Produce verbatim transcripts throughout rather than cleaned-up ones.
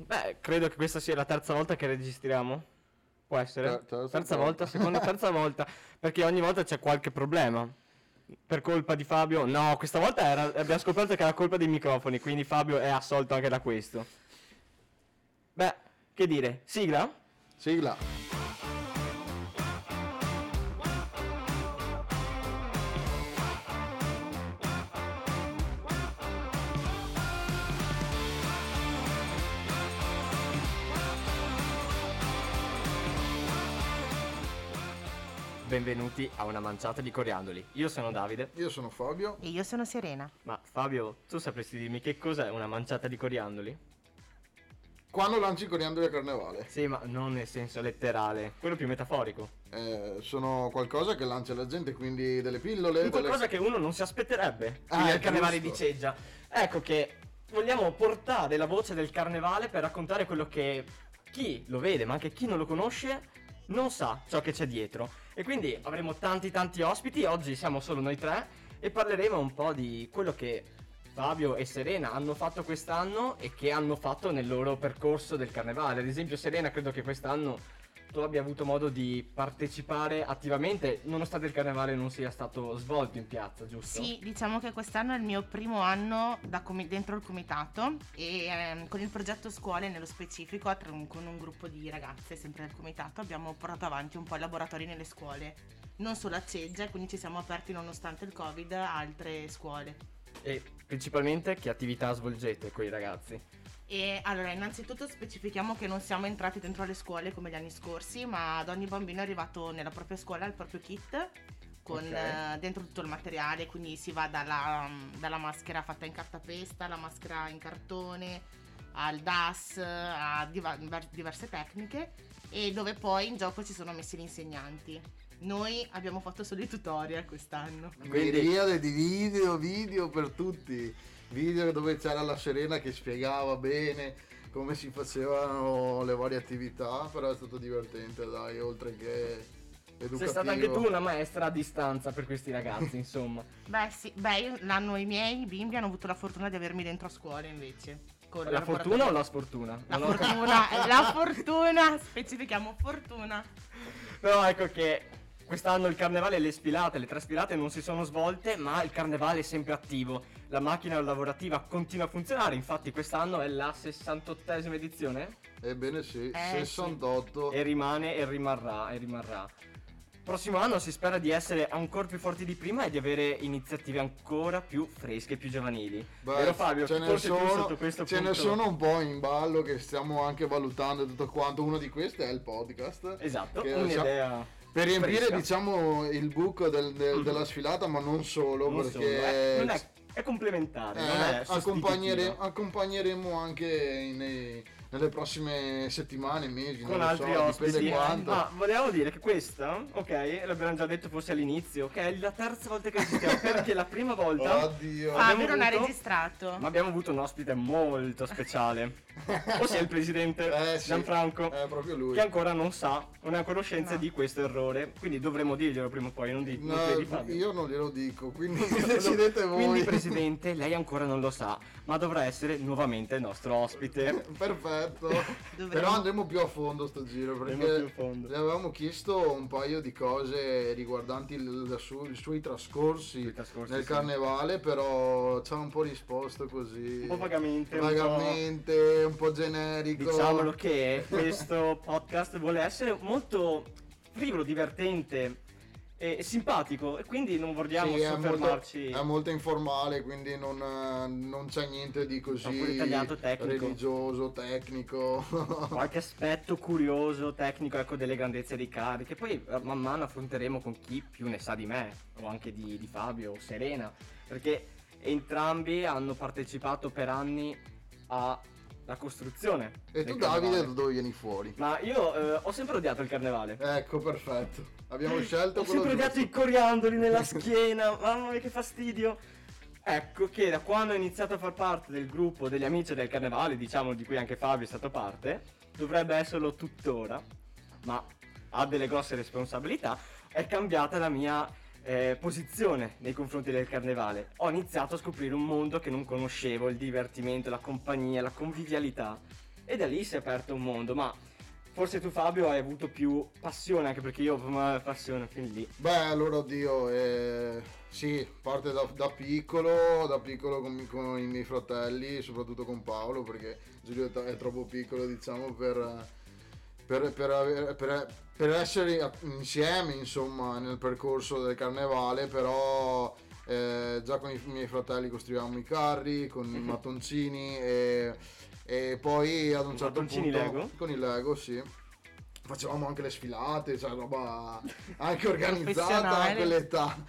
Beh, credo che questa sia la terza volta che registriamo. Può essere? Ter- terza terza volta. volta, seconda, terza volta. Perché ogni volta c'è qualche problema. Per colpa di Fabio. No, questa volta era, abbiamo scoperto che era colpa dei microfoni, quindi Fabio è assolto anche da questo. Beh, che dire? Sigla? Sigla. Benvenuti a una manciata di coriandoli. Io sono Davide. Io sono Fabio. E io sono Serena. Ma Fabio, tu sapresti dirmi che cos'è una manciata di coriandoli? Quando lanci i coriandoli a carnevale? Sì, ma non nel senso letterale, quello più metaforico. Eh, sono qualcosa che lancia la gente, quindi delle pillole. Un qualcosa delle... che uno non si aspetterebbe. Ah, Quindi è al carnevale giusto. di Ceggia. Ecco che vogliamo portare la voce del carnevale per raccontare quello che chi lo vede, ma anche chi non lo conosce, non sa ciò che c'è dietro. E quindi avremo tanti tanti ospiti. Oggi siamo solo noi tre e parleremo un po' di quello che Fabio e Serena hanno fatto quest'anno e che hanno fatto nel loro percorso del carnevale. Ad esempio, Serena, credo che quest'anno tu abbia avuto modo di partecipare attivamente, nonostante il carnevale non sia stato svolto in piazza, giusto? Sì, diciamo che quest'anno è il mio primo anno da comi- dentro il comitato e ehm, con il progetto scuole nello specifico, tra un- con un gruppo di ragazze sempre del comitato, abbiamo portato avanti un po' i laboratori nelle scuole, non solo a Ceggia, quindi ci siamo aperti nonostante il Covid a altre scuole. E principalmente che attività svolgete con i ragazzi? E allora, innanzitutto specifichiamo che non siamo entrati dentro le scuole come gli anni scorsi, ma ad ogni bambino è arrivato nella propria scuola il proprio kit con Ok. eh, dentro tutto il materiale, quindi si va dalla, dalla maschera fatta in cartapesta, alla maschera in cartone, al D A S, a diva- diver- diverse tecniche, e dove poi in gioco ci sono messi gli insegnanti. Noi abbiamo fatto solo i tutorial quest'anno. Quindi- Miriade di video, video per tutti. Video dove c'era la Serena che spiegava bene come si facevano le varie attività, però è stato divertente, dai, oltre che educativo. Sei stata anche tu una maestra a distanza per questi ragazzi, insomma. Beh sì, beh io- l'anno i miei bimbi hanno avuto la fortuna di avermi dentro a scuola invece. Con La il fortuna o laboratorio. la sfortuna? La Non ho capito. fortuna, la fortuna, specifichiamo fortuna. Però ecco che quest'anno il carnevale e le sfilate, le tre sfilate non si sono svolte, ma il carnevale è sempre attivo. La macchina lavorativa continua a funzionare, infatti quest'anno è la sessantottesima edizione Ebbene sì, Eh, sessantotto. e rimane e rimarrà e rimarrà. Prossimo anno si spera di essere ancora più forti di prima e di avere iniziative ancora più fresche e più giovanili. Beh, Vero Fabio? ce ne Forse tu sono, sotto questo ce ne punto- sono un po' in ballo che stiamo anche valutando e tutto quanto. Uno di questi è il podcast. Esatto, Che un'idea Per riempire, fresca. diciamo, il book del- del- Mhm. della sfilata, ma non solo, Non perché solo, eh, non è, è complementare, non eh, è accompagnere- sostitutiva. accompagneremo anche nei- nelle prossime settimane, mesi, Con non lo altri so, ospiti. dipende quanto. Ma volevo dire che questa, ok, l'abbiamo già detto forse all'inizio, che è la terza volta che registriamo, perché la prima volta Oddio. Ah, Fabio non ha avuto- registrato. ma abbiamo avuto un ospite molto speciale, ossia il presidente Eh, sì, Gianfranco, è proprio lui. che ancora non sa, non è a conoscenza No. di questo errore, quindi dovremo dirglielo prima o poi, non, di, non No, credi Fabio? io non glielo dico, quindi decidete voi. Quindi presidente, lei ancora non lo sa, ma dovrà essere nuovamente il nostro ospite. Perfetto. Dovremmo- Però andremo più a fondo sto giro, Andremo perché più a fondo. le avevamo chiesto un paio di cose riguardanti il, il su- i suoi trascorsi, Sui trascorsi, nel sì. carnevale, però ci ha un po' risposto così. Un po' vagamente, un po'- vagamente, un po' generico. Diciamolo che questo podcast vuole essere molto frivolo, divertente e simpatico, e quindi non vogliamo Sì, è molto, soffermarci. è molto informale, quindi non, eh, non c'è niente di così Troppo dettagliato, tecnico. religioso, tecnico. Qualche aspetto curioso, tecnico, ecco, delle grandezze dei carri, che poi eh, man mano affronteremo con chi più ne sa di me, o anche di, di Fabio o Serena, perché entrambi hanno partecipato per anni alla costruzione. E del tu carnevale. Davide da dove vieni fuori? Ma io eh, ho sempre odiato il carnevale. Ecco, perfetto. Abbiamo scelto Ho quello sempre odiato i giusto. coriandoli nella schiena, mamma mia che fastidio. Ecco che da quando ho iniziato a far parte del gruppo degli amici del carnevale, diciamo, di cui anche Fabio è stato parte, dovrebbe esserlo tuttora, ma ha delle grosse responsabilità, è cambiata la mia eh, posizione nei confronti del carnevale. Ho iniziato a scoprire un mondo che non conoscevo, il divertimento, la compagnia, la convivialità. e da lì si è aperto un mondo. Ma forse tu, Fabio, hai avuto più passione, anche perché io ho una passione fin lì. Beh, allora oddio, eh, sì, parte da, da piccolo, da piccolo con, mi- con i miei fratelli, soprattutto con Paolo, perché Giulio è, t- è troppo piccolo, diciamo, per, per, per, avere- per- per essere insieme, insomma, nel percorso del carnevale, però eh, già con i miei fratelli costruivamo i carri, con i mattoncini e, e poi ad un I certo mattoncini punto Lego? con il Lego, sì. Facevamo anche le sfilate, cioè roba anche organizzata a Professionale. quell'età.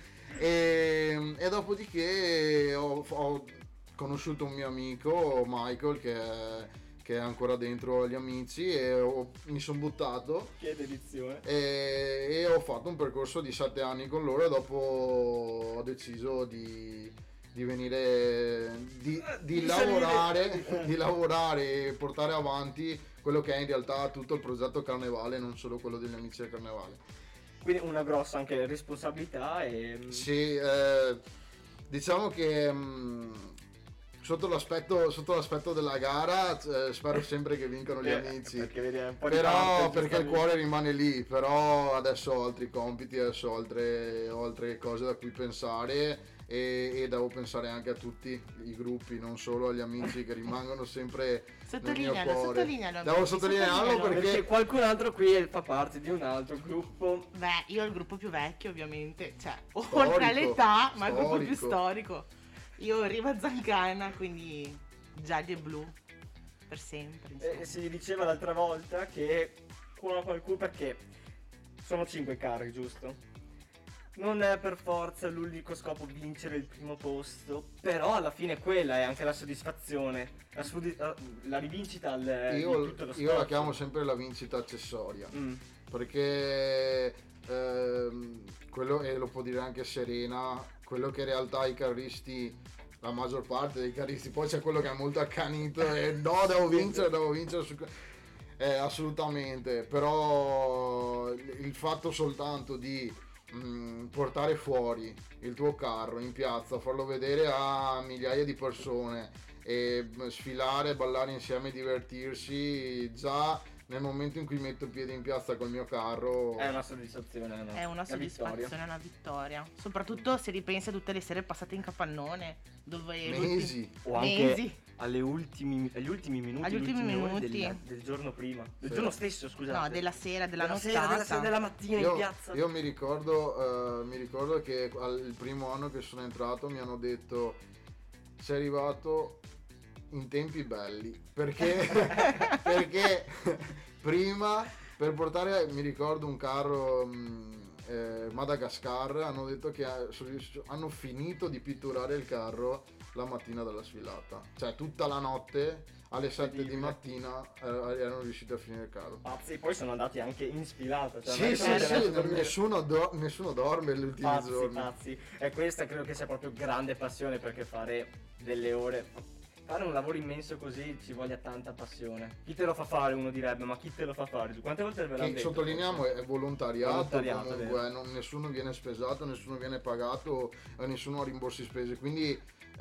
E, e dopodiché ho, ho conosciuto un mio amico, Michael, che è, che è ancora dentro agli amici, e ho- mi sono buttato Che dedizione. e, e ho fatto un percorso di sette anni con loro, e dopo ho deciso di, di venire, di, di Di lavorare, salire. di lavorare e portare avanti quello che è in realtà tutto il progetto Carnevale, non solo quello degli amici del Carnevale. Quindi una grossa anche responsabilità e... Sì, eh, diciamo che mh, sotto l'aspetto, sotto l'aspetto della gara eh, spero sempre che vincano gli Eh, amici. perché vedi, è un po' di Però parte, perché il giustamente. cuore rimane lì, però adesso ho altri compiti, adesso ho altre, ho altre cose da cui pensare, e, e devo pensare anche a tutti i gruppi, non solo agli amici che rimangono sempre nel mio Sottolinealo, cuore. sottolinealo. Devo sottolinearlo sottolinealo. perché- Perché qualcun altro qui fa parte di un altro gruppo. Beh, io ho il gruppo più vecchio, ovviamente, cioè, Storico, oltre all'età, ma il gruppo più storico. storico. Io Riva Zancana, quindi gialli e blu, per sempre. insomma. E si diceva l'altra volta che qua qualcuno, perché sono cinque carri, giusto? Non è per forza l'unico scopo vincere il primo posto, però alla fine quella è anche la soddisfazione, la, sudi- la- la rivincita al, di io, tutto lo io la sforzo. chiamo sempre la vincita accessoria. Mm. Perché ehm, quello, e lo può dire anche Serena, quello che in realtà i carristi, la maggior parte dei carristi, poi c'è quello che è molto accanito e no, devo vincere, devo vincere su- eh, assolutamente, però il fatto soltanto di mh, portare fuori il tuo carro in piazza, farlo vedere a migliaia di persone e mh, sfilare, ballare insieme, divertirsi, già nel momento in cui metto il piede in piazza col mio carro È una soddisfazione, no? È una soddisfazione, vittoria. è una vittoria. Soprattutto se ripensi a tutte le sere passate in capannone, dove mesi. O anche mesi. alle ultimi, agli ultimi minuti, Agli ultimi ultime ore minuti. del, del giorno prima. Del Sì. giorno stesso, scusate. No, della sera, della, Della nottata. sera, della sera, della mattina Io, in piazza. io mi ricordo, eh, mi ricordo che al il primo anno che sono entrato mi hanno detto sei arrivato in tempi belli, perché, perché prima per portare, mi ricordo, un carro mh, eh, Madagascar, hanno detto che ha- sono riusci- hanno finito di pitturare il carro la mattina della sfilata, cioè tutta la notte alle sette di Incredibile. mattina eh, erano riusciti a finire il carro. Pazzi, poi sono andati anche in sfilata. Cioè Sì, magari sì, sono sì, andati a dormire. nessuno, do- nessuno dorme gli ultimi Pazzi, giorni. pazzi. E questa credo che sia proprio grande passione, perché fare delle ore, fare un lavoro immenso così ci voglia tanta passione. Chi te lo fa fare, uno direbbe, ma chi te lo fa fare? Quante volte ve l'hanno Che detto? sottolineiamo è volontariato, Volontariato, comunque, vero. eh, non- nessuno viene spesato, nessuno viene pagato, eh, nessuno ha rimborsi spese, quindi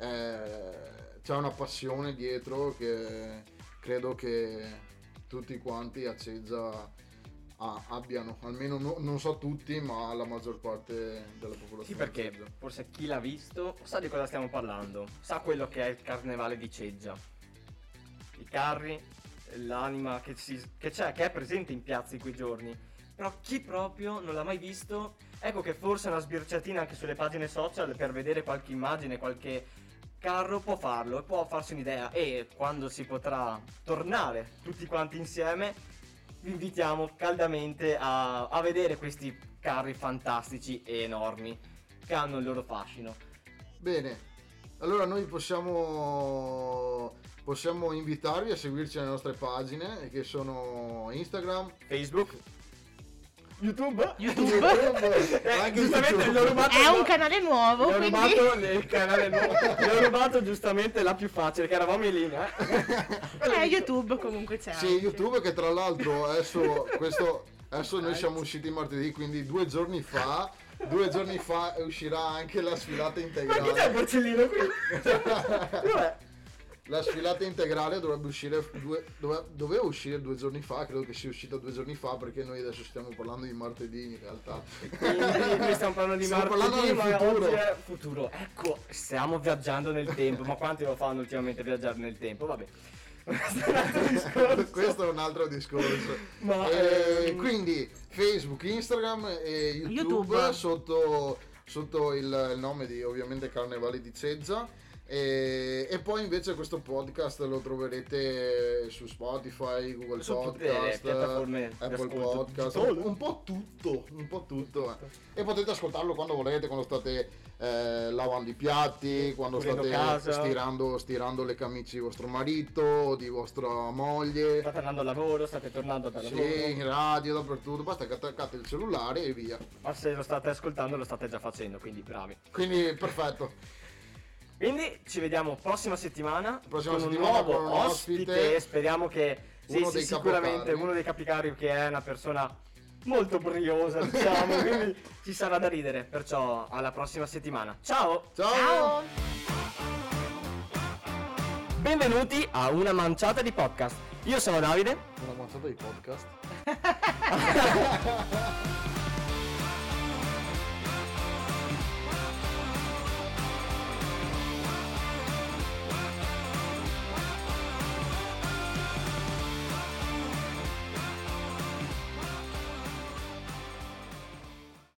eh, c'è una passione dietro che credo che tutti quanti a Ceggia ah, abbiano, almeno no- non so tutti, ma la maggior parte della popolazione. Sì, perché di Ceggia. forse chi l'ha visto sa di cosa stiamo parlando, sa quello che è il carnevale di Ceggia. I carri, l'anima che, si, che c'è, che è presente in piazza in quei giorni. Però chi proprio non l'ha mai visto, ecco che forse una sbirciatina anche sulle pagine social per vedere qualche immagine, qualche carro può farlo e può farsi un'idea. E quando si potrà tornare tutti quanti insieme, vi invitiamo caldamente a, a vedere questi carri fantastici e enormi che hanno il loro fascino. Bene, allora noi possiamo, possiamo invitarvi a seguirci alle nostre pagine, che sono Instagram, Facebook, YouTube, YouTube. Eh, Anche giustamente YouTube. gli ho rubato, È un canale nuovo, gli ho quindi... rubato il canale nuovo, gli ho rubato giustamente la più facile, che eravamo in linea. Eh, YouTube comunque c'è. Sì, anche. YouTube, che tra l'altro adesso, questo, adesso noi siamo usciti martedì, quindi due giorni fa, due giorni fa uscirà anche la sfilata Ma chi c'è il integrale. porcellino qui? Dov'è? La sfilata integrale dovrebbe uscire due, dove, doveva uscire due giorni fa, credo che sia uscita due giorni fa, perché noi adesso stiamo parlando di martedì in realtà. Quindi noi stiamo parlando di Stiamo martedì, parlando del ma futuro. oggi è futuro. Ecco, stiamo viaggiando nel tempo, ma quanti lo fanno ultimamente viaggiare nel tempo? Vabbè. Questo è un altro discorso. Questo è un altro discorso. Ma, Eh, ehm, quindi Facebook, Instagram e YouTube, YouTube. sotto, sotto il, il nome di ovviamente Carnevale di Cezza. E, e poi invece questo podcast lo troverete su Spotify, Google Su tutte le Podcast, piattaforme di Apple ascolto Podcast, digitale. un, un po' tutto, un po' tutto. eh. E potete ascoltarlo quando volete, quando state eh, lavando i piatti, quando Pulendo state casa. stirando, stirando le camicie di vostro marito o di vostra moglie. State andando al lavoro, state tornando dal Sì, lavoro. in radio, dappertutto, basta che attaccate il cellulare e via. Ma se lo state ascoltando lo state già facendo, quindi bravi. Quindi perfetto. Quindi ci vediamo prossima settimana Prossima con settimana un nuovo con un ospite. ospite. Speriamo che sì, Uno sì, dei sicuramente Capocarri. uno dei Capicario, che è una persona molto briosa, diciamo, quindi ci sarà da ridere. Perciò alla prossima settimana. Ciao! Ciao! Ciao! Benvenuti a una manciata di podcast. Io sono Davide. Una manciata di podcast.